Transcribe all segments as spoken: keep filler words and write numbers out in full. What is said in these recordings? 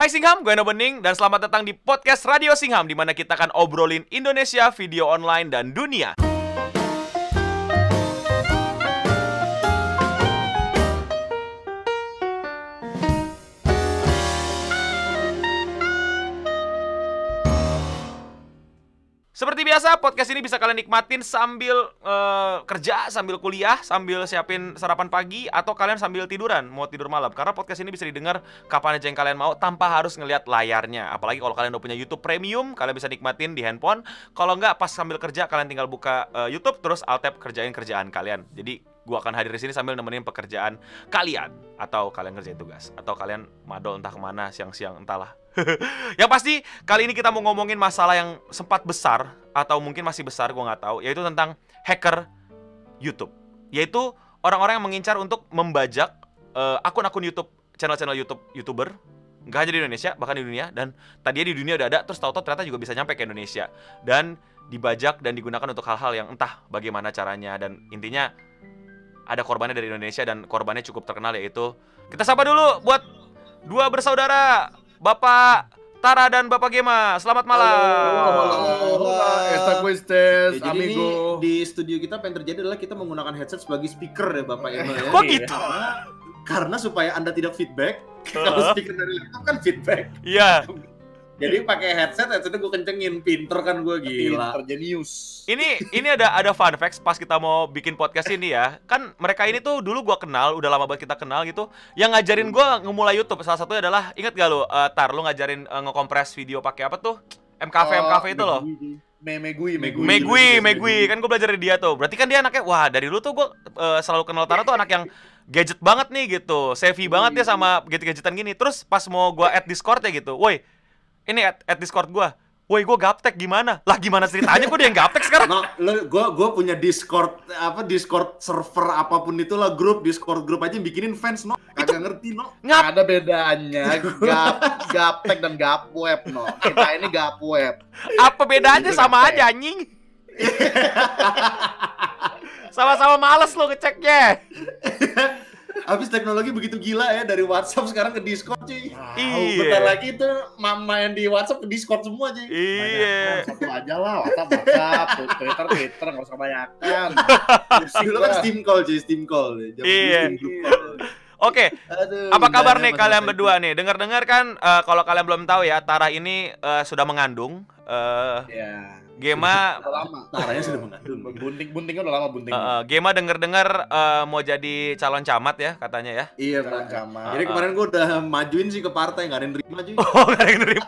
Hai Singham, gue Eno Bening dan selamat datang di podcast Radio Singham, di mana kita akan obrolin Indonesia, video online, dan dunia. Seperti biasa, podcast ini bisa kalian nikmatin sambil uh, kerja, sambil kuliah, sambil siapin sarapan pagi, atau kalian sambil tiduran, mau tidur malam. Karena podcast ini bisa didengar kapan aja yang kalian mau, tanpa harus ngelihat layarnya. Apalagi kalau kalian udah punya YouTube Premium, kalian bisa nikmatin di handphone. Kalau nggak, pas sambil kerja, kalian tinggal buka uh, YouTube, terus alt-tab kerjain kerjaan kalian. Jadi, gua akan hadir di sini sambil nemenin pekerjaan kalian. Atau kalian kerjain tugas, atau kalian madol entah kemana, siang-siang, entahlah. Yang pasti kali ini kita mau ngomongin masalah yang sempat besar atau mungkin masih besar, gue nggak tahu, yaitu tentang hacker YouTube. Yaitu orang-orang yang mengincar untuk membajak uh, akun-akun YouTube, channel-channel YouTube YouTuber, nggak hanya di Indonesia, bahkan di dunia. Dan tadinya di dunia udah ada, terus tahu-tahu ternyata juga bisa nyampe ke Indonesia dan dibajak dan digunakan untuk hal-hal yang entah bagaimana caranya. Dan intinya ada korbannya dari Indonesia dan korbannya cukup terkenal, yaitu kita sapa dulu buat dua bersaudara, Bapak Tara dan Bapak Gema. Selamat malam. Halo, Esta Quistes, ya, jadi amigo. Ini di studio kita apa yang terjadi adalah kita menggunakan headset sebagai speaker ya Bapak Eno ya. Kok gitu? Karena, karena supaya Anda tidak feedback, kalau speaker dari laptop kan feedback. Iya. Jadi pakai headset, headsetnya gue kencengin, pinter kan gue, gila. Pinter, jenius. Ini ini ada ada fun facts pas kita mau bikin podcast ini ya. Kan mereka ini tuh dulu gua kenal, udah lama banget kita kenal gitu. Yang ngajarin gua ngemulai YouTube salah satunya adalah, ingat gak lu, uh, Tar, lu ngajarin uh, ngekompres video pakai apa tuh? M K V M K V itu loh. Megui, Megui. Megui, Megui. Kan gua belajar dari dia tuh. Berarti kan dia anaknya, wah, dari dulu tuh gua uh, selalu kenal Tara tuh anak yang gadget banget nih gitu. Savvy banget dia sama gadget-gadgetan gini. Terus pas mau gua add Discord ya gitu. Woi, ini add, add Discord gua. Woi, gue gaptek gimana? Lah gimana ceritanya? Kok dia yang gaptek sekarang? No, gue gue punya Discord apa Discord server apapun itulah, grup Discord grup aja bikinin fans, no. Kagak ngerti, no. Nggak ada bedanya gap, gaptek dan gapweb, no. Kita ini gapweb. Apa bedanya? Sama aja anjing. Sama-sama males lo ngeceknya. Habis teknologi begitu gila ya, dari WhatsApp sekarang ke Discord, cuy. Wow, Iya. Bentar lagi itu mama yang di WhatsApp ke Discord semua, cuy. Iya. Satu aja lah, WhatsApp, WhatsApp, Twitter, Twitter, nggak usah kebanyakan. Dulu kan Steam call, cuy, Steam call. Zaman Iya. Steam group call. Oke, Aduh, apa kabar indahnya nih masa kalian itu. berdua nih? Dengar-dengar kan, uh, kalau kalian belum tahu ya, Tara ini uh, sudah mengandung. Uh, Ya, Gema, udah lama. Taranya sudah mengandung. Bunting-buntingnya udah lama bunting. uh, uh, Gema denger-dengar uh, mau jadi calon camat ya katanya ya. Iya, Jalan Pak. camat. Jadi kemarin gue udah majuin sih ke partai, nggak ada yang nerima, cuy. Oh, gak ada yang nerima.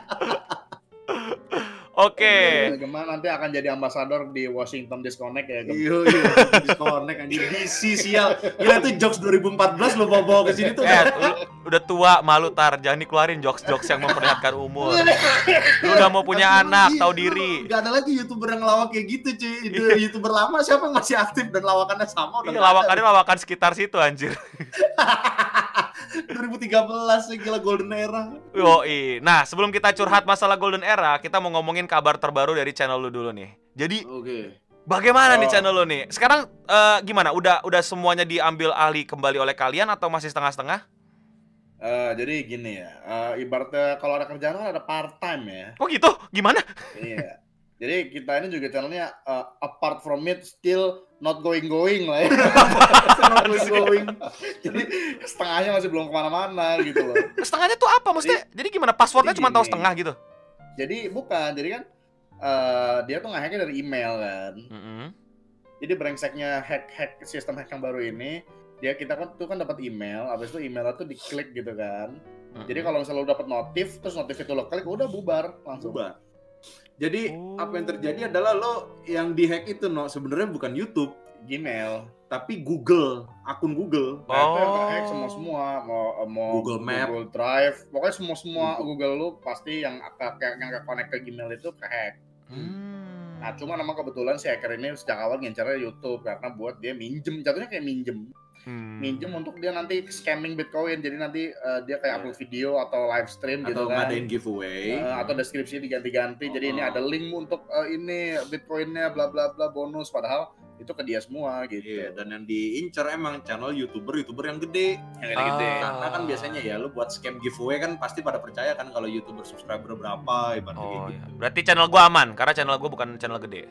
Oke. Gema nanti akan jadi ambasador di Washington Disconnect ya. Gem. Iya, iya, disconnect anjir. D C sial. Gila tuh jokes dua ribu empat belas lo bawa-bawa ke sini tuh. Eh, lu udah tua, malu Tar, jangan dikeluarin jokes-jokes yang memperlihatkan umur. Lu udah mau punya anak, tahu diri. Gak ada lagi YouTuber yang lawak kayak gitu, cuy. Itu YouTuber lama siapa yang masih aktif dan lawakannya sama udah Iya, nggak ada. lawakannya lawakan sekitar situ anjir. dua ribu tiga belas ya, gila golden era. Yoi. Nah, sebelum kita curhat masalah golden era, kita mau ngomongin kabar terbaru dari channel lu dulu nih. Jadi, Oke. bagaimana nih Oh. channel lu nih? Sekarang eh, gimana? Udah udah semuanya diambil alih kembali oleh kalian atau masih setengah-setengah? Eh, jadi gini ya, eh, ibaratnya kalau ada kerjaan kan ada part time ya. Kok gitu? Gimana? Iya. Jadi kita ini juga channelnya eh, apart from it still not going going lah ya. Not going going. Jadi setengahnya masih belum kemana-mana gitu loh. Setengahnya tuh apa maksudnya? Jadi gimana? Passwordnya jadi cuma tahu gini. setengah gitu? Jadi bukan, jadi kan eh, dia tuh nge-hacknya dari email kan. Mm-mm. Jadi brengseknya hack-hack sistem hack yang baru ini, dia kita kan tuh kan dapat email, habis itu emailnya tuh diklik gitu kan. Mm-mm. Jadi kalau misalnya lo dapat notif, terus notif itu lo klik, udah bubar langsung. Coba. Jadi Oh. apa yang terjadi adalah lo yang dihack itu, no, sebenarnya bukan YouTube, Gmail. tapi Google, akun Google. Nah, itu yang Oh. ke-hack semua semua, mau mau Google Map. Google Drive, pokoknya semua semua Google. Google lu pasti yang ke yang ke connect ke Gmail itu ke-hack. Hmm. Nah, cuma memang kebetulan si hacker ini sejak awal ngincarnya YouTube karena buat dia minjem, jatuhnya kayak minjem. Hmm. Minjem untuk dia nanti scamming Bitcoin. Jadi nanti eh, dia kayak upload video atau live stream gitu Atau kan. ngadain giveaway. Eh, atau deskripsi diganti-ganti. Jadi ini Oh. ada link untuk eh, ini Bitcoinnya bla bla bla bonus, padahal itu ke dia semua gitu. Iya, dan yang diincar emang channel youtuber-youtuber yang gede. Yang gede-gede. Ah. Karena kan biasanya ya lu buat scam giveaway kan pasti pada percaya kan kalau youtuber subscriber berapa ibaratnya Oh kayak iya. gitu. Berarti channel gua aman karena channel gua bukan channel gede.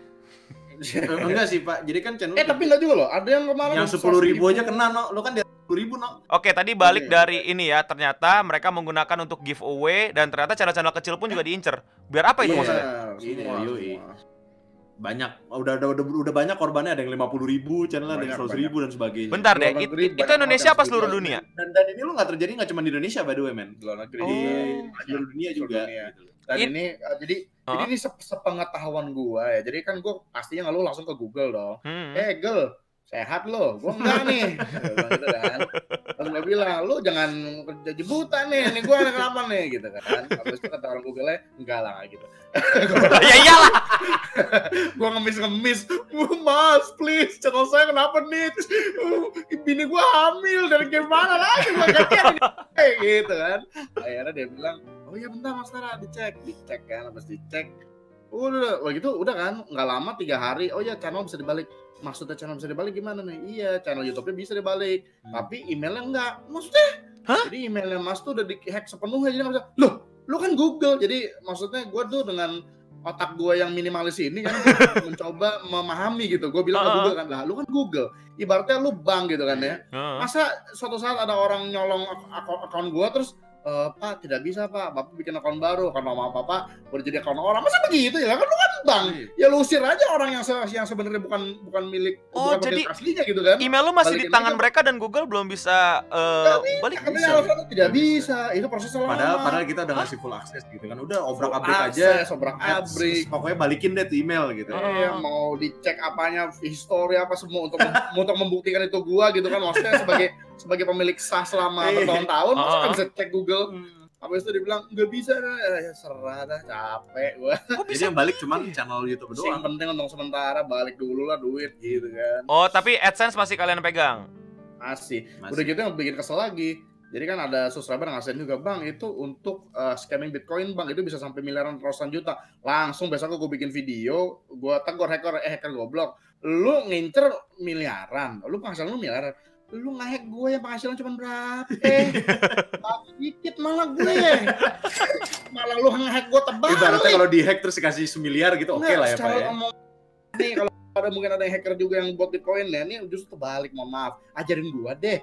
Enggak sih Pak, jadi kan channel Eh tapi enggak juga loh, ada yang kemarin yang sepuluh ribu aja kena no, lu kan di sepuluh ribu no. Oke, tadi balik Iya. dari ini ya, ternyata mereka menggunakan untuk giveaway dan ternyata channel-channel kecil pun juga diincer. Biar apa itu Iya. maksudnya? Iya, semua, yoi. semua. Banyak, udah udah udah, udah banyak korbannya, ada yang lima puluh ribu, channel ada yang Banyak, seratus ribu dan sebagainya. Bentar deh, Luar it- negeri it- itu banyak Indonesia banget apa yang seluruh setuju. dunia? Dan dan ini lu nggak terjadi nggak cuma di Indonesia by the way men. Luar negeri. Oh. Di Banyak. seluruh dunia juga. Dunia. Gitu. Dan It- ini uh, jadi Hah? jadi ini sep- sepengetahuan gua ya. Jadi kan gua pastinya nggak lu langsung ke Google dong. Hmm. Eh, Gel, sehat lo? Gua enggak nih. Gua bilang gitu kan. Terus gua bilang, lu jangan jadi buta nih. Nih gua ada kenapa nih gitu kan. Habis itu kata orang Google-nya, enggak lah nggak gitu. Ya iyalah. Gua ngemis-ngemis, "Uh, Mas, please, channel saya kenapa nih? Uh, bini gua hamil dan gimana lagi gua gantian ini?" Eh, gitu kan. Akhirnya dia bilang, "Oh iya bentar Mas Tara, dicek." Dicek kan, habis dicek. Udah, wah gitu udah kan, nggak lama tiga hari, oh ya channel bisa dibalik. Maksudnya channel bisa dibalik gimana nih? Iya, channel YouTube-nya bisa dibalik, Hmm. tapi emailnya enggak. Maksudnya? Hah? Jadi emailnya Mas tuh udah di-hack sepenuhnya, jadi nggak bisa. Loh, lu kan Google, jadi maksudnya gue tuh dengan otak gue yang minimalis ini kan gua mencoba memahami gitu. Gue bilang ke Uh-uh. Google kan, lah lu kan Google, ibaratnya lu bank gitu kan ya. Heeh. Masa suatu saat ada orang nyolong ak- ak- akun gue terus "Eh, Pak tidak bisa Pak, Bapak bikin akun baru karena nama Bapak udah jadi akun orang." Masa begitu ya? Kan lu kan bank, ya lu usir aja orang yang se- yang sebenarnya bukan bukan milik Oh, bukan jadi pemilik aslinya gitu kan. Email lu masih di Balikin tangan aja. mereka dan Google belum bisa eh, balik. Katanya bisa. alasannya tidak Nggak bisa. bisa, itu prosesnya lama. Padahal padahal kita udah ngasih full akses gitu kan. Udah obrak Full abrik aja. akses, obrak-abrik. Pokoknya balikin deh tuh email gitu. Oh. Iya, mau dicek apanya, histori apa semua untuk mem- untuk membuktikan itu gua gitu kan. Maksudnya sebagai sebagai pemilik sah selama Iya. bertahun-tahun, masa Oh. nggak bisa cek Google? Habis itu dibilang nggak bisa, dah. Ya serah dah, capek gua. Kok Jadi bisa? yang balik cuman channel YouTube Yang doang. penting untuk sementara balik dulu lah duit gitu kan. Oh, tapi AdSense masih kalian pegang. Masih. Masih. Udah gitu yang bikin kesel lagi. Jadi kan ada subscriber ngasihin juga, "Bang, itu untuk uh, scamming Bitcoin, Bang, itu bisa sampai miliaran ratusan juta." Langsung besok gue bikin video, gue tegur hacker, eh hacker goblok. Lu ngincer miliaran, lu penghasilan lu miliaran. Lu nge-hack gue yang penghasilan cuma berapa? Eh, dikit malah gue. Malah lu nge-hack gue tebal. Ibaratnya kalau di hack terus dikasih semiliar gitu oke lah ya Pak ya. Nih kalau ada mungkin ada yang hacker juga yang buat Bitcoin ya, ini justru terbalik, mohon maaf. Ajarin gua deh.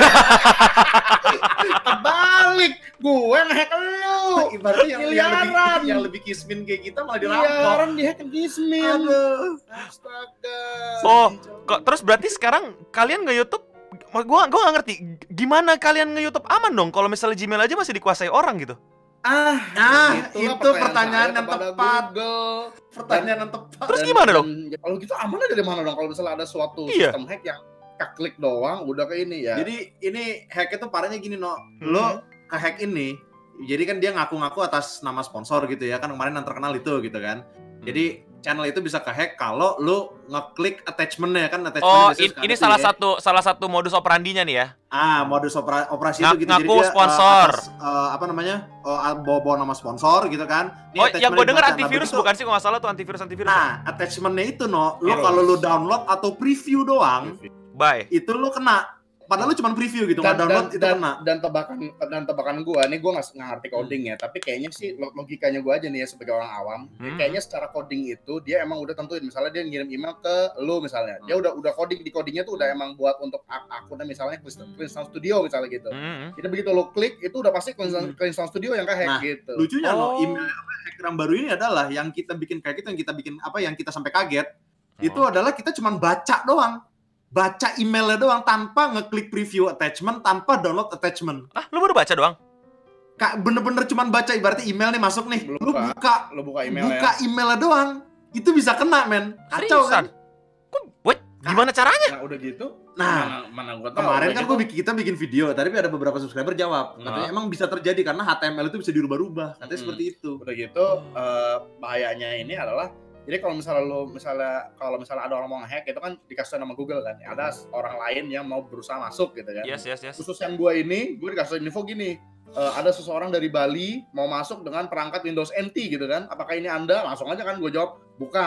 Terbalik, gua nge-hack lu. Ibaratnya yang, yang lebih Miliaran. yang lebih kismin kayak kita malah dirampok. Miliaran di-hack Gismin. Aduh. Astaga. Oh, kok terus berarti sekarang kalian nge-YouTube gua gua nggak ngerti gimana kalian nge-YouTube aman dong kalau misalnya Gmail aja masih dikuasai orang gitu. Ah, Ah, itulah itu pertanyaan saya yang kepada tepat. Google. Pertanyaan yang tepat. Terus Dan- gimana dong? dan- Kalau gitu amannya dari mana dong? Kalau misalnya ada suatu Iya. sistem hack yang klik doang udah ke ini ya. Jadi ini hack itu parahnya gini no, Hmm. lo ke hack ini, jadi kan dia ngaku-ngaku atas nama sponsor gitu ya kan kemarin yang terkenal itu gitu kan. Jadi channel itu bisa ke hack kalau lo ngeklik attachmentnya kan attachment Oh, biasanya in- sekarang ini itu salah ya. satu salah satu modus operandinya nih ya. Ah modus opera, operasi Ngak- itu gitu. ngaku Jadi dia, eh, sponsor. atas, eh, apa namanya uh, bawa-bawa nama sponsor gitu kan. Ini Oh, yang attachment gue dengar dibaca. Nah, antivirus begitu- bukan sih kalau nggak salah tuh antivirus antivirus. Nah attachmentnya itu no, lo Virus. kalau lo download atau preview doang Bye. itu lo kena. Padahal lu cuma preview gitu, nggak download itu dan, kena. dan tebakan dan tebakan gua nih gua nggak nggak ngerti coding ya, tapi kayaknya sih lo- logikanya gua aja nih ya sebagai orang awam, ya Hmm. kayaknya secara coding itu dia emang udah tentuin, misalnya dia ngirim email ke lu misalnya, dia udah udah coding di codingnya tuh udah emang buat untuk ak- akunnya misalnya Cleansound Studio misalnya gitu. Hmm. Jadi begitu lo klik itu udah pasti Cleansound Cleansound Studio yang kehack Nah, gitu. Lucunya Oh. no, email apa hacker yang baru ini adalah yang kita bikin kayak gitu, yang kita bikin apa yang kita sampai kaget itu Oh. adalah kita cuma baca doang. Baca emailnya doang tanpa ngeklik preview attachment, tanpa download attachment. Ah, lu baru baca doang? Kak bener-bener cuma baca ibaratnya email nih masuk nih. Lu Lu buka, buka, Lo buka email buka ya. emailnya doang. Itu bisa kena, men. Kacau Seriusan? kan? Kok, what? Gimana caranya? Nah, udah gitu. Nah, mana, mana gua tahu. Kemarin udah kan gitu. gua bikin, kita bikin video, tapi ada beberapa subscriber jawab. Katanya Nah. emang bisa terjadi karena H T M L itu bisa dirubah-rubah. Katanya Hmm. seperti itu. Udah gitu eh, bahayanya ini adalah jadi kalau misalnya lo misalnya kalau misalnya ada orang mau nge-hack itu kan dikasih nama Google kan ada orang lain yang mau berusaha masuk gitu kan. Yes, yes, yes. Khusus yang gua ini gue dikasih info gini, eh, ada seseorang dari Bali mau masuk dengan perangkat Windows N T gitu kan, apakah ini Anda? Langsung aja kan gue jawab bukan.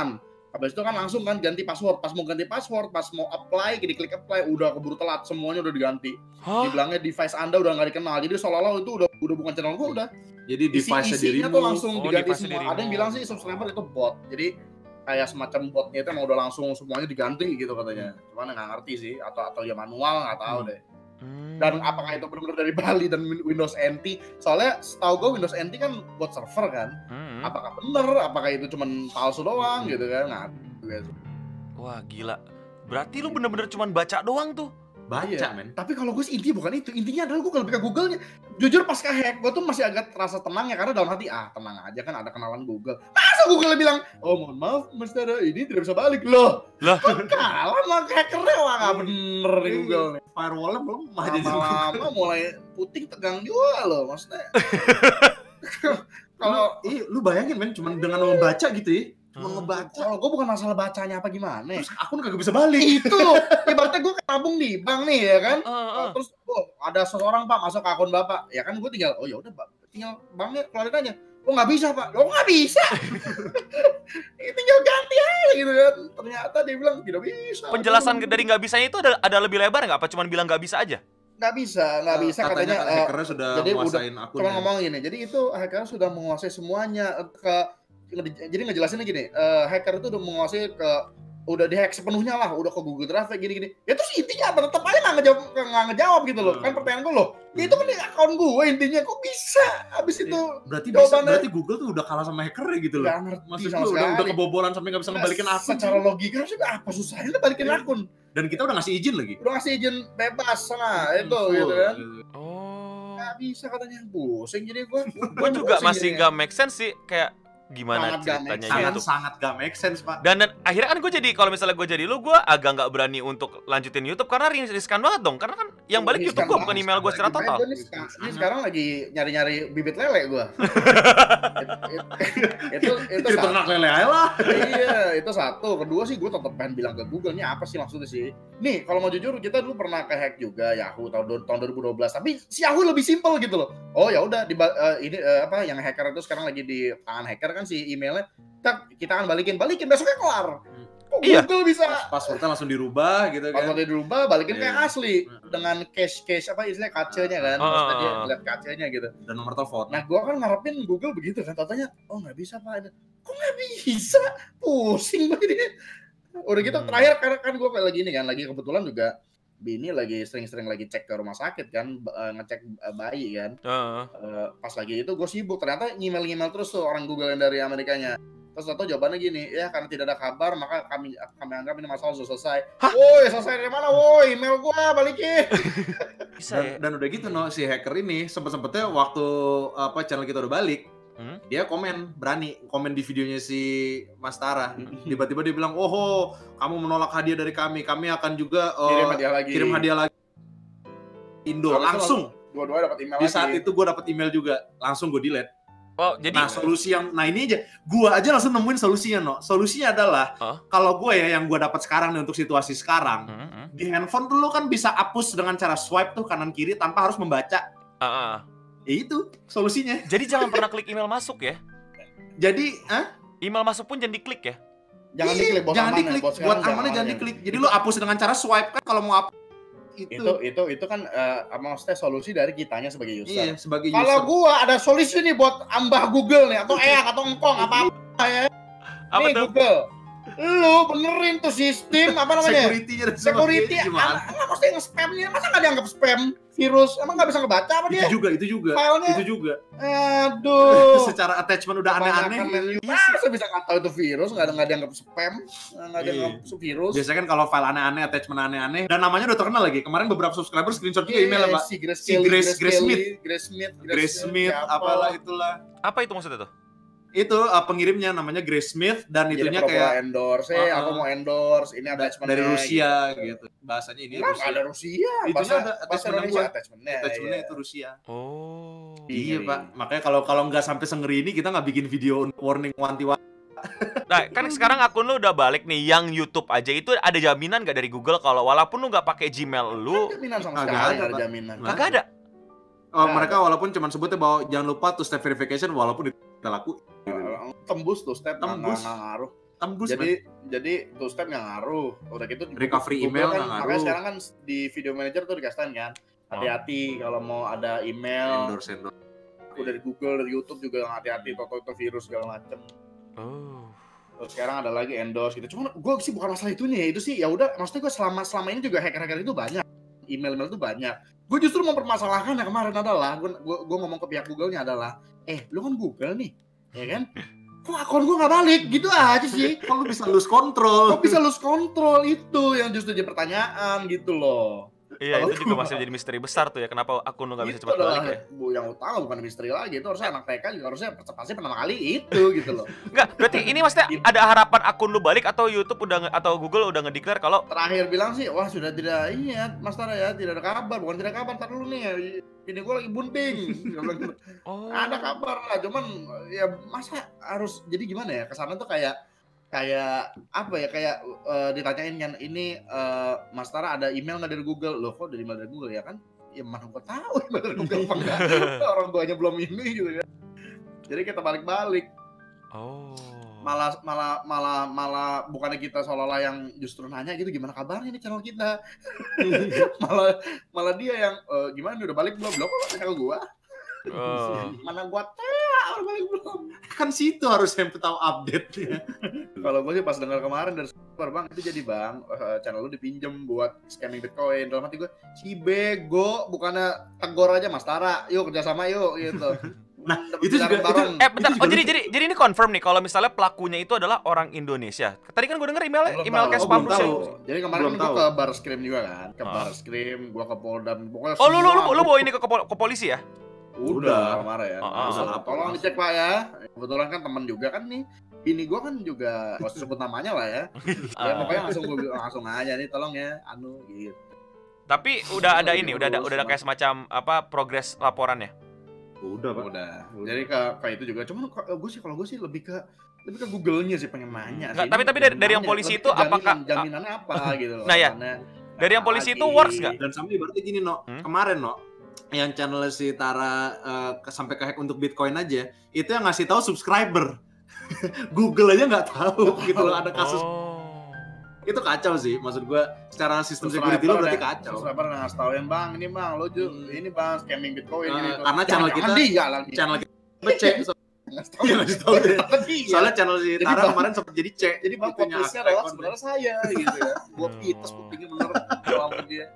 Habis itu kan langsung kan ganti password. Pas mau ganti password, pas mau apply, gini klik apply, udah keburu telat, semuanya udah diganti. Hah? Dibilangnya device Anda udah nggak dikenal. Jadi seolah-olah itu udah udah bukan channel gua udah. Jadi device-nya Isi, isinya di tuh langsung Oh, diganti device-nya semua. di-remove. Ada yang bilang sih subscriber itu bot. Jadi kayak semacam botnya itu emang udah langsung semuanya diganti gitu katanya. Cuman nggak ngerti sih, atau atau ya manual nggak tahu Hmm. deh. Hmm. Dan apakah itu benar-benar dari Bali dan Win- Windows N T? Soalnya setahu gue Windows N T kan buat server kan. Hmm. Apakah bener? Apakah itu cuman palsu doang gitu kan? Nggak tahu guys. Wah, gila. Berarti lu bener-bener cuman baca doang tuh. baca, Iya. men. Tapi kalau gue sih intinya bukan itu. Intinya adalah gue kalau buka Google-nya, jujur pas kehack, gue tuh masih agak terasa tenang ya karena dalam hati ah tenang aja kan ada kenalan Google. Masa Google bilang, oh mohon maaf Mas Tara, ini tidak bisa balik loh. Lah. Kok kalah sama hackernya wah nggak bener nih Google nih. Firewall-nya belum mah jadi Lama-lama mulai puting tegang juga loh maksudnya. Kalau Ih, lu bayangin men, cuma dengan membaca gitu ya. Cuma Hmm. ngebaca. kalau gue bukan masalah bacanya apa gimana ya. Terus akun kagak bisa balik. Itu ibaratnya gue nabung di bank nih ya kan. Heeh, Oh, terus oh, ada seseorang Pak masuk ke akun Bapak. Ya kan gue tinggal oh ya udah Pak, tinggal banknya keluarin aja. Oh nggak bisa Pak. Lo nggak bisa. Ya, tinggal ganti aja gitu kan. Ternyata dia bilang tidak bisa. Penjelasan dari nggak bisanya itu ada ada lebih lebar nggak? Apa cuma bilang nggak bisa aja? Nggak bisa, nggak bisa katanya. kan eh, hackernya sudah jadi udah- menguasain Cuma akunnya. ngomong gini, jadi itu hacker sudah menguasai semuanya eh, ke jadi ngejelasinnya gini, eh, hacker itu udah menguasai ke udah dihack sepenuhnya lah, udah ke Google Drive kayak gini-gini. Ya terus intinya apa? Tetap aja nggak ngejawab, nggak ngejawab gitu loh. Hmm. Kan pertanyaan gue loh, ya itu kan di akun gue intinya kok bisa? Habis itu Berarti bisa, jawabannya- berarti Google tuh udah kalah sama hackernya gitu loh. nggak ngerti Maksud sama lu udah, udah sekali. kebobolan sampai nggak bisa ngebalikin akun. Secara logika sih apa susahnya lu balikin Iya. akun? Dan kita udah ngasih izin lagi. Udah ngasih izin bebas sana itu Full. gitu kan. Oh. Nggak bisa katanya pusing jadi gue. Gue juga masih nggak make sense sih, kayak gimana Sangat nggak make ceritanya sense. Sangat YouTube. sangat gak make sense, Pak. Dan, dan akhirnya kan gue jadi kalau misalnya gue jadi lu, gue agak nggak berani untuk lanjutin YouTube karena ris- riskan banget dong. Karena kan yang balik YouTube gue bukan email gue secara total. Ini, seka- ini sekarang lagi nyari-nyari bibit lele gue. itu itu Itu satu. ternak lele aja lah. Iya, itu satu. Kedua sih gue tetap pengen bilang ke Google ini apa sih maksudnya sih. Nih, kalau mau jujur kita dulu pernah ke hack juga Yahoo tahun tahun dua ribu dua belas. Tapi si Yahoo lebih simpel gitu loh. Oh ya udah di ini eh, apa yang hacker itu sekarang lagi di tangan hacker kan si emailnya. Tak, kita akan balikin, balikin besoknya kelar. Kok Iya. Google bisa Passwordnya langsung dirubah gitu kan. passwordnya dirubah, balikin kayak Iya. asli dengan cache-cache apa istilahnya kacanya kan, Ah. maksudnya dia lihat kacanya gitu. Dan nomor telepon. Nah, gua kan ngarepin Google begitu kan, katanya, oh nggak bisa pak, ini kok nggak bisa, pusing banget ini. Udah gitu Hmm. terakhir karena kan gua lagi ini kan, lagi kebetulan juga Bini lagi sering-sering lagi cek ke rumah sakit kan, b- eh, ngecek eh, bayi kan. Heeh. Eh, pas lagi itu gue sibuk, ternyata ngemail-ngemail terus tuh orang Google yang dari Amerikanya. Terus atau jawabannya gini, ya karena tidak ada kabar maka kami kami anggap ini masalah sudah selesai. Hah? Woi, selesai dari mana? Woi, email gua balikin. Bisa Dan, ya. dan udah gitu no, si hacker ini sempet-sempetnya waktu apa channel kita udah balik, Hmm? dia komen, berani komen di videonya si Mas Tara. Tiba-tiba dia bilang, "Oh, oh, kamu menolak hadiah dari kami. Kami akan juga eh, Kirim hadiah lagi. kirim hadiah lagi." Indo Habis itu langsung. Dua-duanya dapat email Di lagi. saat itu gue dapat email juga, langsung gue delete. Oh, jadi Nah, solusi yang nah ini aja, gua aja langsung nemuin solusinya, no. Solusinya adalah Hah? kalau gue ya yang gue dapat sekarang nih untuk situasi sekarang, Hmm, hmm. di handphone tuh lo kan bisa hapus dengan cara swipe tuh kanan kiri tanpa harus membaca. Ah, ah. Ya itu solusinya. Jadi jangan pernah klik email masuk ya. Jadi, ah, Email masuk pun jangan diklik ya. Jangan Iya, diklik buat jangan amannya, diklik. buat Buat, sekarang amannya jangan diklik. Jadi lo hapus dengan cara swipe kan kalau mau hapus itu. Itu itu itu kan eh, maksudnya solusi dari kitanya sebagai user. Iya, sebagai Kalau user. gua ada solusi nih buat ambah Google nih atau Eyang atau Engkong apa-apa ya. Apa nih tuh? Google. Lu benerin tuh sistem apa namanya? Security-nya dan Security, sebagainya gimana? emang emang mesti nge-spamnya, masa nggak dianggap spam? Virus, emang nggak bisa ngebaca apa dia? Itu juga, itu juga. Filenya, Itu juga. aduh. Secara attachment udah aneh-aneh. Kebanyakan gitu. menu. Masa bisa nggak tahu itu virus, nggak nggak dianggap spam, nggak dianggap virus. Biasanya kan kalau file aneh-aneh, attachment aneh-aneh, dan namanya udah terkenal lagi. Kemarin beberapa subscriber screenshot juga email ya, Pak. Si Grace Si Kelly, Grace- Grace Kelly, Smith. Grace Smith, Grace Smith, siapa. apalah itulah. Apa itu maksudnya tuh? Itu uh, pengirimnya namanya Grace Smith dan Jadi itunya pura-pura kayak endorse, eh Uh-uh. aku mau endorse, ini da- attachment-nya. dari Rusia gitu. Bahasanya ini Emang Rusia. ada Rusia, Itunya bahasa, ada bahasa attachment Indonesia gua. attachment-nya. Attachment-nya iya. itu Rusia. Oh. Iya, Iya. Pak. Makanya kalau kalau nggak sampai sengeri ini kita nggak bikin video warning wanti-wanti. Nah, kan sekarang akun lu udah balik nih, yang YouTube aja itu ada jaminan gak dari Google kalau walaupun lu nggak pakai Gmail lu, Jaminan sama Kagak sekali, ada, nggak ada Pak. jaminan. Nah. kagak ada. Oh, Nggak mereka walaupun cuma sebutnya bahwa jangan lupa two step verification walaupun kita laku. Tembus tuh step, nggak Tembus. nggak ngaruh. tembus. Jadi man. jadi two step nggak ngaruh. Udah gitu recovery Google email kan, nggak ngaruh. Makanya sekarang kan di video manager tuh dikasih kan, hati-hati oh. kalau mau ada email. Endorse, endorse. Udah dari Google, dari YouTube juga hati-hati, toto-toto virus segala macem. Oh. Terus sekarang ada lagi endorse gitu. Cuman gue sih bukan masalah itunya ya. Itu sih ya udah. Maksudnya gue selama selama ini juga hacker-hacker itu banyak. Email-email itu banyak. Gue justru mempermasalahkan ya kemarin adalah gue gue ngomong ke pihak Google-nya adalah, eh lu kan Google nih, ya kan? Kok akun gue nggak balik? Gitu aja sih. Kok lu bisa lose control? Kok bisa lose control itu yang justru jadi pertanyaan gitu loh. Iya, itu juga masih jadi misteri besar tuh ya, kenapa akun lu nggak bisa cepat balik ya? Bu, yang utama bukan misteri lagi, itu harusnya anak T K juga harusnya pasti pertama kali itu gitu loh. Enggak, berarti ini maksudnya ada harapan akun lu balik atau YouTube udah atau Google udah ngedeklar kalau terakhir bilang sih, wah sudah tidak ingat Mas Tara ya, tidak ada kabar, bukan tidak kabar, tar dulu nih ya, ini gue lagi bunting. Oh. Ada kabar lah, cuman ya masa harus jadi gimana ya, kesana tuh kayak kayak apa ya kayak uh, ditanyain kan ini uh, Mas Tara ada email nggak dari Google, loh kok dari email dari Google ya kan ya mana gua tahu email dari Google apa enggak, orang tuanya belum ini gitu kan, jadi kita balik-balik. Oh, malah malah malah malah bukannya kita seolah-olah yang justru nanya gitu gimana kabarnya nih channel kita. malah malah dia yang e, gimana udah balik belum, belum kok channel gua. Oh. Mana gua tahu balik belum, kan situ harus yang tahu update-nya. Kalau gue sih pas dengar kemarin dari super bang itu jadi bang uh, channel lu dipinjem buat scamming Bitcoin, dalam hati gue si bego bukannya tegur aja Mas Tara yuk kerjasama yuk gitu. Nah itu juga itu, eh bentar oh jadi jadi jadi ini confirm nih kalau misalnya pelakunya itu adalah orang Indonesia. Tadi kan gue denger email belum email cash oh, publish. Jadi kemarin kan gue ke Barreskrim juga kan, ke oh. Barreskrim, gue ke Polda pokoknya. Oh lu lu lu, lu bawa ini ke, ke polisi ya? Udah kemarin ya. Oh, oh, oh. Tolong dicek Pak ya. Kebetulan kan temen juga kan nih. Bini gue kan juga, gak usah sebut namanya lah ya. Ya pokoknya langsung gue langsung aja nih tolong ya, anu gitu. Tapi udah ada ini, udah ada udah ada kayak semacam apa progres laporannya? Udah Pak. Udah. Jadi ke kayak itu juga. Cuman gue sih kalau gue sih lebih ke lebih ke Google-nya sih pengen nanya. Nggak, tapi tapi dari, dari yang polisi itu apakah jaminannya apa gitu loh. Nah ya. Dari yang polisi itu works nggak? Dan sampai berarti gini no, hmm? kemarin no, yang channel si Tara uh, sampai ke hack untuk Bitcoin aja, itu yang ngasih tahu subscriber. Google aja nggak tahu gitu loh ada kasus. Oh. Itu kacau sih, maksud gue secara sistem security lo berarti kacau. Subscriber nggak ngasih tauin bang, ini bang lo juga hmm. ini bang scamming Bitcoin. Uh, ini, karena channel kita, dia, channel kita becek. Ngasih tahu deh. Soalnya channel si Tara kemarin sempat jadi cek. Jadi bang fokusnya adalah sebenarnya saya gitu ya. Gue pites kupingnya bener kalau dia.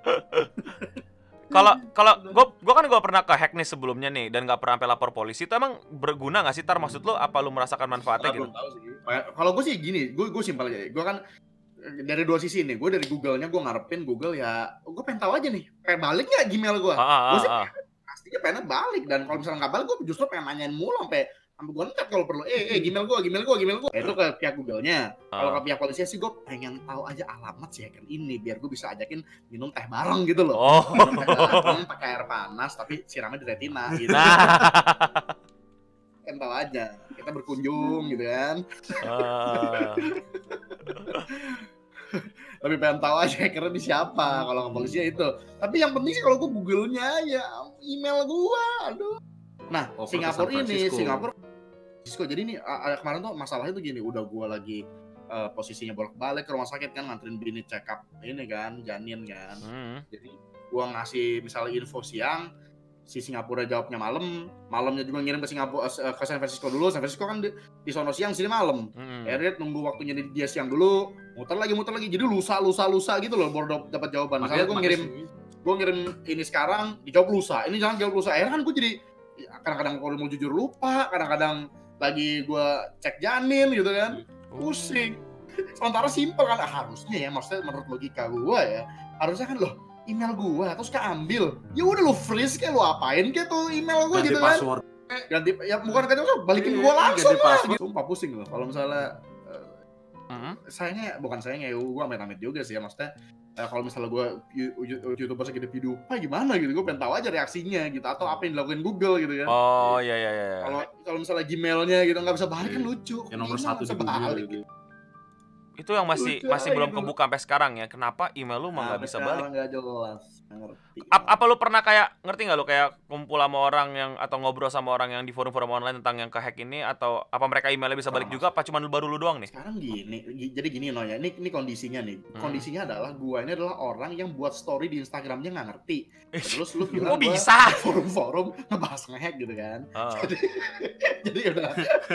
Kalau kalau gue gue kan gue pernah ke hack nih sebelumnya nih dan nggak pernah sampai lapor polisi, itu emang berguna nggak sih Tar, maksud lo apa lo merasakan manfaatnya gitu? Kalau gue sih gini, gue gue simpel aja, gue kan dari dua sisi nih, gue dari Google-nya gue ngarepin Google ya, gue pengen tahu aja nih, pengen balik nggak Gmail gue? Ah, ah, gue sih ah. pastinya pengen balik, dan kalau misalnya nggak balik gue justru pengen nanyain mulu sampai sampai gue ngecat kalau perlu, eh, eh Gmail gue, Gmail gue, Gmail gue. Itu ke pihak Google-nya. Kalau ke pihak polisi sih gue pengen tahu aja alamat si hacker ini biar gue bisa ajakin minum teh bareng gitu loh. Oh. Minum teh bareng pakai air panas tapi siramnya di retina gitu. Kan tahu aja. Kita berkunjung gitu kan. Uh. Tapi pengen tahu aja hackernya di siapa kalau ke polisi itu. Tapi yang penting sih kalau gue Google-nya ya email gue. Aduh. Nah, oh, Singapura ini, Singapura Cisco. Jadi nih uh, kemarin tuh masalahnya tuh gini, udah gue lagi uh, posisinya bolak-balik ke rumah sakit kan, nganterin bini check up ini kan, janin kan. Hmm. Jadi gue ngasih misalnya info siang, si Singapura jawabnya malam, malamnya juga ngirim ke Singapura uh, ke San Francisco dulu. San Francisco kan di, di sono siang, sini malam. Hmm. Akhirnya nunggu waktunya dia siang dulu, muter lagi, muter lagi. Jadi lusa, lusa, lusa gitu loh, baru dapat jawaban. Misalnya gue ngirim, gue ngirim ini sekarang, dijawab lusa. Ini jangan jawab lusa. Akhirnya kan gue jadi kadang-kadang kalau mau jujur lupa, kadang-kadang lagi gue cek janin gitu kan, pusing. Sementara simpel kan, ah, harusnya ya, maksudnya menurut logika gue ya, harusnya kan loh email gue terus keambil, ya udah lo freeze kayak lo apain kayak tuh email gue gitu kan, password. Ganti ya bukan ganti password, balikin gue langsung lah. Gitu. Sumpah pusing loh kalau misalnya uh, uh-huh. sayangnya bukan sayangnya ya gue amit-amit juga sih ya, maksudnya uh, kalau misalnya gue youtuber segitu PewDiePie gimana gitu, gue pengen tahu aja reaksinya gitu, atau apa yang dilakuin Google gitu kan. Oh iya iya iya. Kalau kalau misalnya Gmailnya gitu nggak bisa balik kan lucu. Yang nomor satu di Google gitu. Itu yang masih Lucu masih aja belum gitu. kebuka sampai sekarang ya. Kenapa email lu mah nggak Sampai bisa sekarang balik? nggak jelas, nggak ngerti. Ap- apa lu pernah kayak ngerti nggak lu kayak kumpul sama orang yang atau ngobrol sama orang yang di forum-forum online tentang yang kehack ini, atau apa mereka emailnya bisa balik Pernah, juga apa cuma lu baru lu doang nih? Sekarang gini, gi- jadi gini no ya, ini, ini kondisinya nih. Hmm. Kondisinya adalah gua ini adalah orang yang buat story di Instagramnya nggak ngerti. Terus lu Kok bilang gua bisa? di forum-forum ngebahas ngehack gitu kan. Ah. Jadi, jadi udah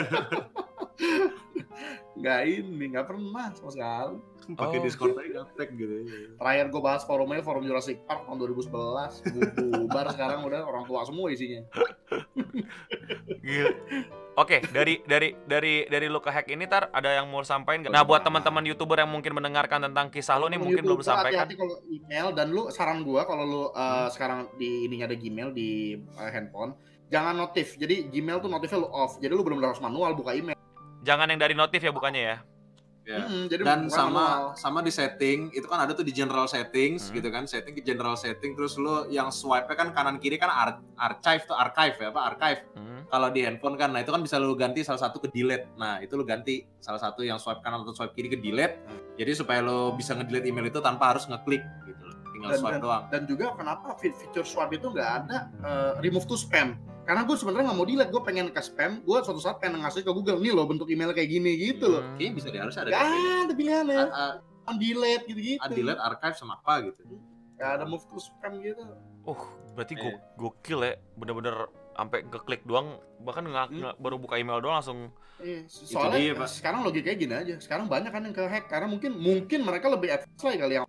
nggak ini, nggak pernah sama sekali. Pakai Oh. Discord aja gaptek gitu. Terakhir gue bahas forumnya forum Jurassic Park tahun dua ribu sebelas, bubar sekarang udah orang tua semua isinya. Gila. Oke, dari dari dari dari lu kehack ini Tar, ada yang mau sampaikan nggak? Nah, buat teman-teman YouTuber yang mungkin mendengarkan tentang kisah lu nih mungkin belum YouTuber, sampaikan. hati-hati kalau email, dan lu saran gua kalau lu uh, sekarang di ininya ada Gmail di uh, handphone, jangan notif. Jadi Gmail tuh notifnya lu off. Jadi lu benar-benar harus manual buka email. Jangan yang dari notif ya bukannya ya. Ya. Mm-mm, jadi Dan bukan sama manual. sama di setting itu kan ada tuh di general settings Hmm. gitu kan, setting ke general setting, terus lu yang swipe-nya kan kanan kiri kan ar- archive tuh archive ya apa archive. Hmm. Kalau di handphone kan, nah itu kan bisa lu ganti salah satu ke delete. Nah itu lu ganti salah satu yang swipe kanan atau swipe kiri ke delete. Hmm. Jadi supaya lu bisa nge-delete email itu tanpa harus ngeklik gitu loh. Tinggal Dan, swipe dan, doang. dan juga kenapa fi- fitur swipe itu nggak ada uh, remove to spam? Karena gue sebenarnya nggak mau delete, gue pengen ke spam. Gue suatu saat pengen ngasih ke Google, nih loh bentuk email kayak gini gitu loh. Hmm. Kayaknya bisa di harus ada Gak kayak ada pilihannya. gitu. Ah, ah, Delete gitu-gitu. ah, delete, archive sama apa gitu. Gak ada move to spam gitu. Uh, berarti Iya. go- gokil ya, bener-bener sampai ngeklik doang, bahkan nggak Hmm. nggak- baru buka email doang langsung. Iya, dia, soalnya Pak. sekarang logikanya gini aja. Sekarang banyak kan yang ke hack karena mungkin mungkin mereka lebih advance lagi kali yang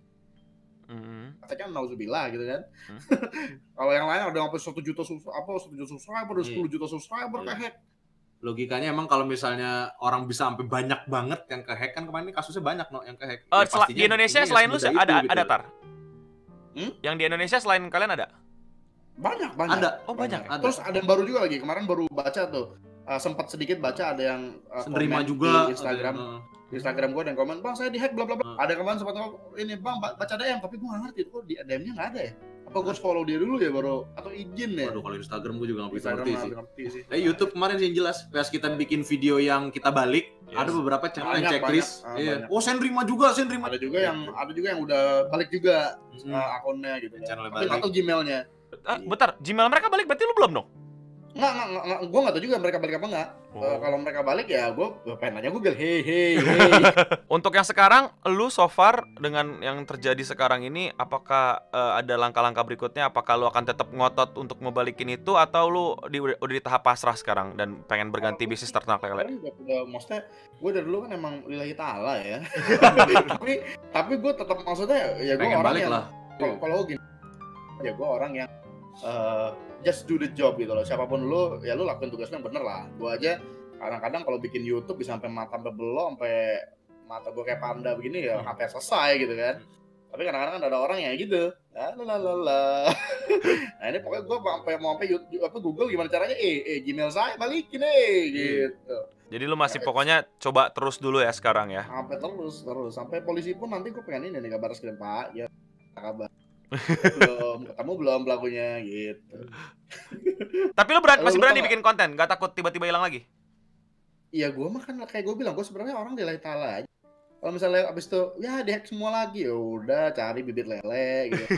Hmm. katanya nauzubillah gitu kan. Hmm. Kalau yang lain ada yang sampai satu juta subscriber, apa satu juta subscriber, ada Iya. sepuluh juta subscriber ke Iya. hack. Logikanya emang kalau misalnya orang bisa sampai banyak banget yang ke hack, kan kemarin ini kasusnya banyak no yang ke hack. Eh, Ya, sel- pastinya di Indonesia ini ya selain lu semudah ada itu, gitu. ada Tar? Hmm? Yang di Indonesia selain kalian ada? Banyak, banyak. Ada. Oh, banyak. Ada. Terus ada yang baru juga lagi. Kemarin baru baca tuh. uh, sempat sedikit baca ada yang uh, Senerima komen juga di Instagram. ada yang, Di Instagram gue dan komen, "Bang, saya di-hack bla bla bla." Hmm. Ada kemarin sempat ngomong, "Ini, Bang, ba- baca D M," tapi gue nggak ngerti kok di D M-nya nggak ada ya. Apa gue harus follow dia dulu ya baru atau izin ya? Waduh, kalau Instagram gue juga nggak begitu Instagram ngerti nggak sih. ngerti sih. Eh, YouTube kemarin sih yang jelas, pas kita bikin video yang kita balik, Yes. ada beberapa channel yang Banyak, checklist. banyak. Ah, Iya. banyak. Oh, saya nerima juga, saya nerima. Ada juga yang ada juga yang udah balik juga Hmm. uh, akunnya gitu kan. Channelnya Tapi balik. nggak tahu Gmailnya. Ah, bentar, Gmail mereka balik berarti lu belum dong? Nggak, nggak, nggak, nggak. Gue nggak tahu juga mereka balik apa nggak. Oh. Eh, kalau mereka balik ya gue pengen nanya Google, hei hei hei. Untuk yang sekarang, lu so far dengan yang terjadi sekarang ini, apakah eh, ada langkah-langkah berikutnya? Apakah lu akan tetap ngotot untuk ngebalikin itu, atau lu di, udah, udah di tahap pasrah sekarang dan pengen berganti bisnis ternak lele? Kan udah, udah, maksudnya gue dari dulu kan emang lillahi ta'ala ya. tapi tapi gue tetap maksudnya ya gue Pengen orang balik yang lah. kalau kalau gini ya gue orang yang uh, just do the job gitu loh. Siapapun lu ya lu lakuin tugas lu yang bener lah. Gue aja kadang-kadang kalau bikin YouTube bisa sampai mata sampai belok, sampai mata gue kayak panda begini ya sampai selesai gitu kan. Tapi kadang-kadang kan ada orang yang gitu. Ah, lalalala. Nah ini pokoknya gue sampai mau sampai YouTube apa Google gimana caranya eh eh Gmail saya balikin eh gitu. Jadi lu masih pokoknya coba terus dulu ya sekarang ya? Sampai terus terus sampai polisi pun nanti gue pengen ini nih kabar sekalian Pak ya kabar belum ketemu belum pelakunya gitu. Tapi lu berani, Lu- masih lu berani tau bikin konten? Gak takut tiba-tiba hilang lagi? Iya gue mah kan kayak gue bilang gue sebenarnya orang lillahi ta'ala aja. Kalau misalnya abis itu ya dihack semua lagi ya udah cari bibit lele gitu.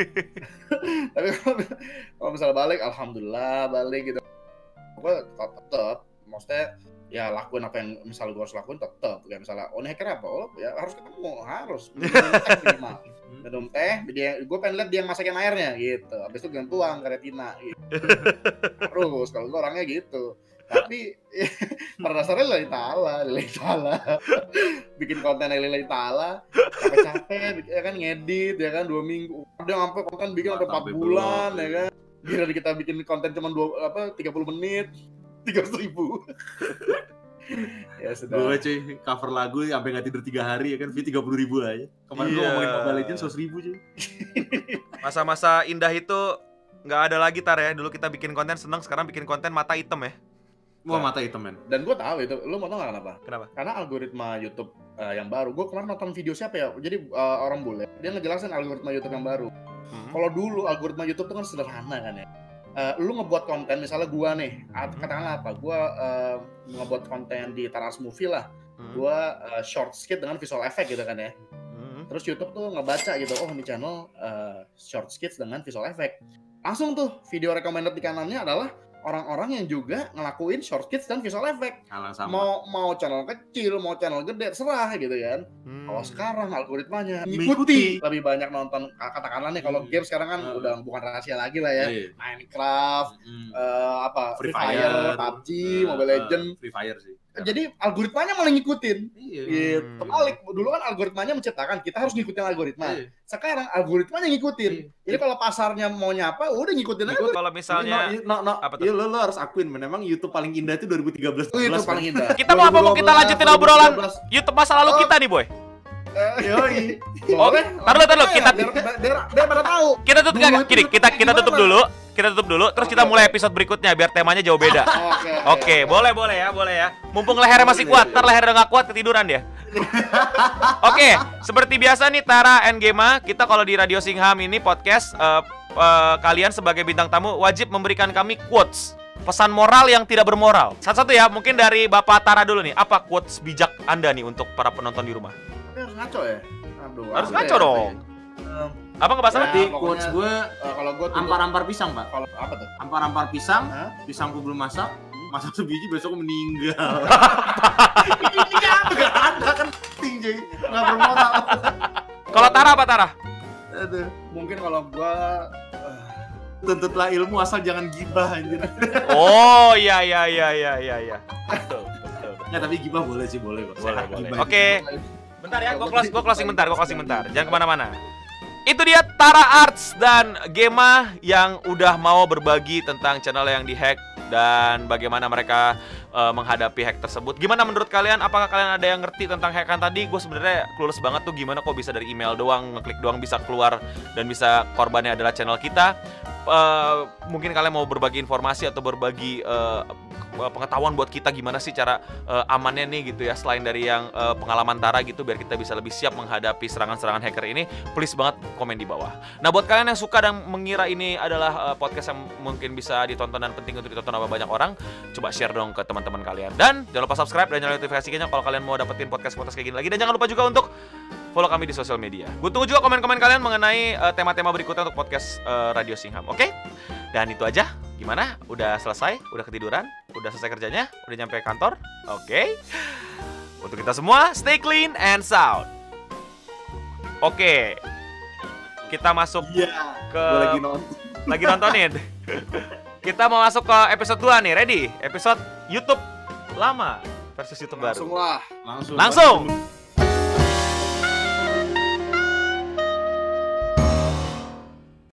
Tapi kalau, kalau misalnya balik alhamdulillah balik gitu. Gue tetap maksudnya ya lakuin apa yang misalnya gue harus lakuin tetap kayak misalnya oh ini hacker apa oh ya harus ketemu harus minum teh minimal minum teh dia gue pengen lihat dia yang masakin airnya gitu habis itu ganti tuang ke retina gitu. Terus kalau gue orangnya gitu tapi pada dasarnya lillahi ta'ala lillahi ta'ala bikin konten lillahi ta'ala capek-capek ya kan ngedit ya kan dua minggu ada yang sampai konten bikin sampai empat Sampai bulan belum. ya kan kira kita bikin konten cuma dua apa tiga puluh menit tiga ratus ribu ya sudah Gue cuy, cover lagu sampai nggak tidur tiga hari ya kan, view tiga puluh ribu aja. Kemarin gue Iya. ngomongin Mobile Legends seratus ribu cuy. Masa-masa indah itu nggak ada lagi Tar ya. Dulu kita bikin konten seneng, sekarang bikin konten mata hitam ya. Wah, mata hitam men. dan gue tahu itu lu mau tau gak kenapa Kenapa? karena algoritma YouTube uh, yang baru gue kemarin nonton video siapa ya jadi uh, orang bule dia ngejelasin algoritma YouTube yang baru Hmm. kalau dulu algoritma YouTube itu kan sederhana kan ya uh, lu ngebuat konten, misalnya gua nih, katakanlah apa, gua uh, ngebuat konten di Taras Movie lah, hmm. gua uh, short skit dengan visual effect gitu kan ya. Hmm. Terus YouTube tuh ngebaca gitu, oh ini channel uh, short skits dengan visual effect. Langsung tuh video recommended di kanannya adalah orang-orang yang juga ngelakuin short skits dan visual effect. Mau mau channel kecil, mau channel gede, serah gitu kan. Hmm. Kalau sekarang algoritmanya ngikuti, lebih banyak nonton, katakanlah nih kalau hmm. game sekarang kan hmm. udah bukan rahasia lagi lah ya. Hmm. Minecraft, hmm. uh, apa Free, Free Fire, Fire, P U B G, uh, Mobile Legends. Uh, Free Fire sih. Jadi algoritmanya malah ngikutin. Iya. Gitu. Terbalik. Dulu kan algoritmanya menciptakan, kita harus ngikutin algoritma. Iya. Sekarang algoritmanya ngikutin. Iya. Jadi kalau pasarnya mau nyapa, udah ngikutin aja. Kalau misalnya no, no, no. Apa tuh? Iya, lo, lo harus akuin, memang YouTube paling indah itu dua ribu tiga belas. Oh, itu paling indah. Kita mau apa? Mau kita lanjutin obrolan YouTube masa lalu kita nih, Boy? Yoi. Oke, taruh taruh kita biar pada tahu. Kita tutup enggak gini, kita kita tutup dulu. Kita tutup dulu, terus kita mulai episode berikutnya biar temanya jauh beda. Oke, oke, boleh boleh ya, boleh ya. Mumpung lehernya masih kuat, ntar lehernya nggak kuat ketiduran dia. Oke, seperti biasa nih Tara and Gema, kita kalau di Radio Singham ini podcast, uh, uh, kalian sebagai bintang tamu wajib memberikan kami quotes, pesan moral yang tidak bermoral. Satu-satu ya, mungkin dari Bapak Tara dulu nih. Apa quotes bijak Anda nih untuk para penonton di rumah? Harus ngaco ya? Aduh, harus ngaco ya, dong. Ya? Apa nggak bahasa ya, quotes gue, uh, kalau gue ampar-ampar pisang, Pak. Kalau apa tuh? Ampar-ampar pisang, huh? Pisangku belum masak, masak sebiji besok meninggal. Ini apa? Gak ada kan tinggi, nggak bermoral. Kalau Tara apa Tara? Aduh, mungkin kalau gue uh, tuntutlah ilmu asal jangan gibah anjir. Oh iya iya iya iya iya iya. Betul betul. Ya tapi gibah boleh sih, boleh kok. Boleh boleh. Oke. Okay. Bentar ya, gua close gua closing bentar, gua closing bentar. Jangan kemana-mana. Itu dia Tara Arts dan Gema yang udah mau berbagi tentang channel yang dihack dan bagaimana mereka uh, menghadapi hack tersebut. Gimana menurut kalian? Apakah kalian ada yang ngerti tentang hackan tadi? Gue sebenarnya clueless banget tuh gimana kok bisa dari email doang, ngeklik doang bisa keluar dan bisa korbannya adalah channel kita. Uh, mungkin kalian mau berbagi informasi atau berbagi uh, pengetahuan buat kita gimana sih cara uh, amannya nih gitu ya, selain dari yang uh, pengalaman Tara gitu, biar kita bisa lebih siap menghadapi serangan-serangan hacker ini. Please banget komen di bawah. Nah buat kalian yang suka dan mengira ini adalah uh, podcast yang mungkin bisa ditonton dan penting untuk ditonton sama banyak orang, coba share dong ke teman-teman kalian. Dan jangan lupa subscribe dan nyalain notifikasinya kalau kalian mau dapetin podcast-podcast kayak gini lagi. Dan jangan lupa juga untuk follow kami di sosial media. Gue tunggu juga komen-komen kalian mengenai uh, tema-tema berikutnya untuk podcast uh, Radio Singham. Oke? Okay? Dan itu aja. Gimana? Udah selesai? Udah ketiduran? Udah selesai kerjanya? Udah nyampe kantor? Oke? Okay? Untuk kita semua, stay clean and sound. Oke. Okay. Kita masuk yeah, ke... lagi nonton. Lagi nontonin. Kita mau masuk ke episode dua nih. Ready? Episode YouTube lama versus YouTube langsung baru. Lah. Langsung lah. Langsung.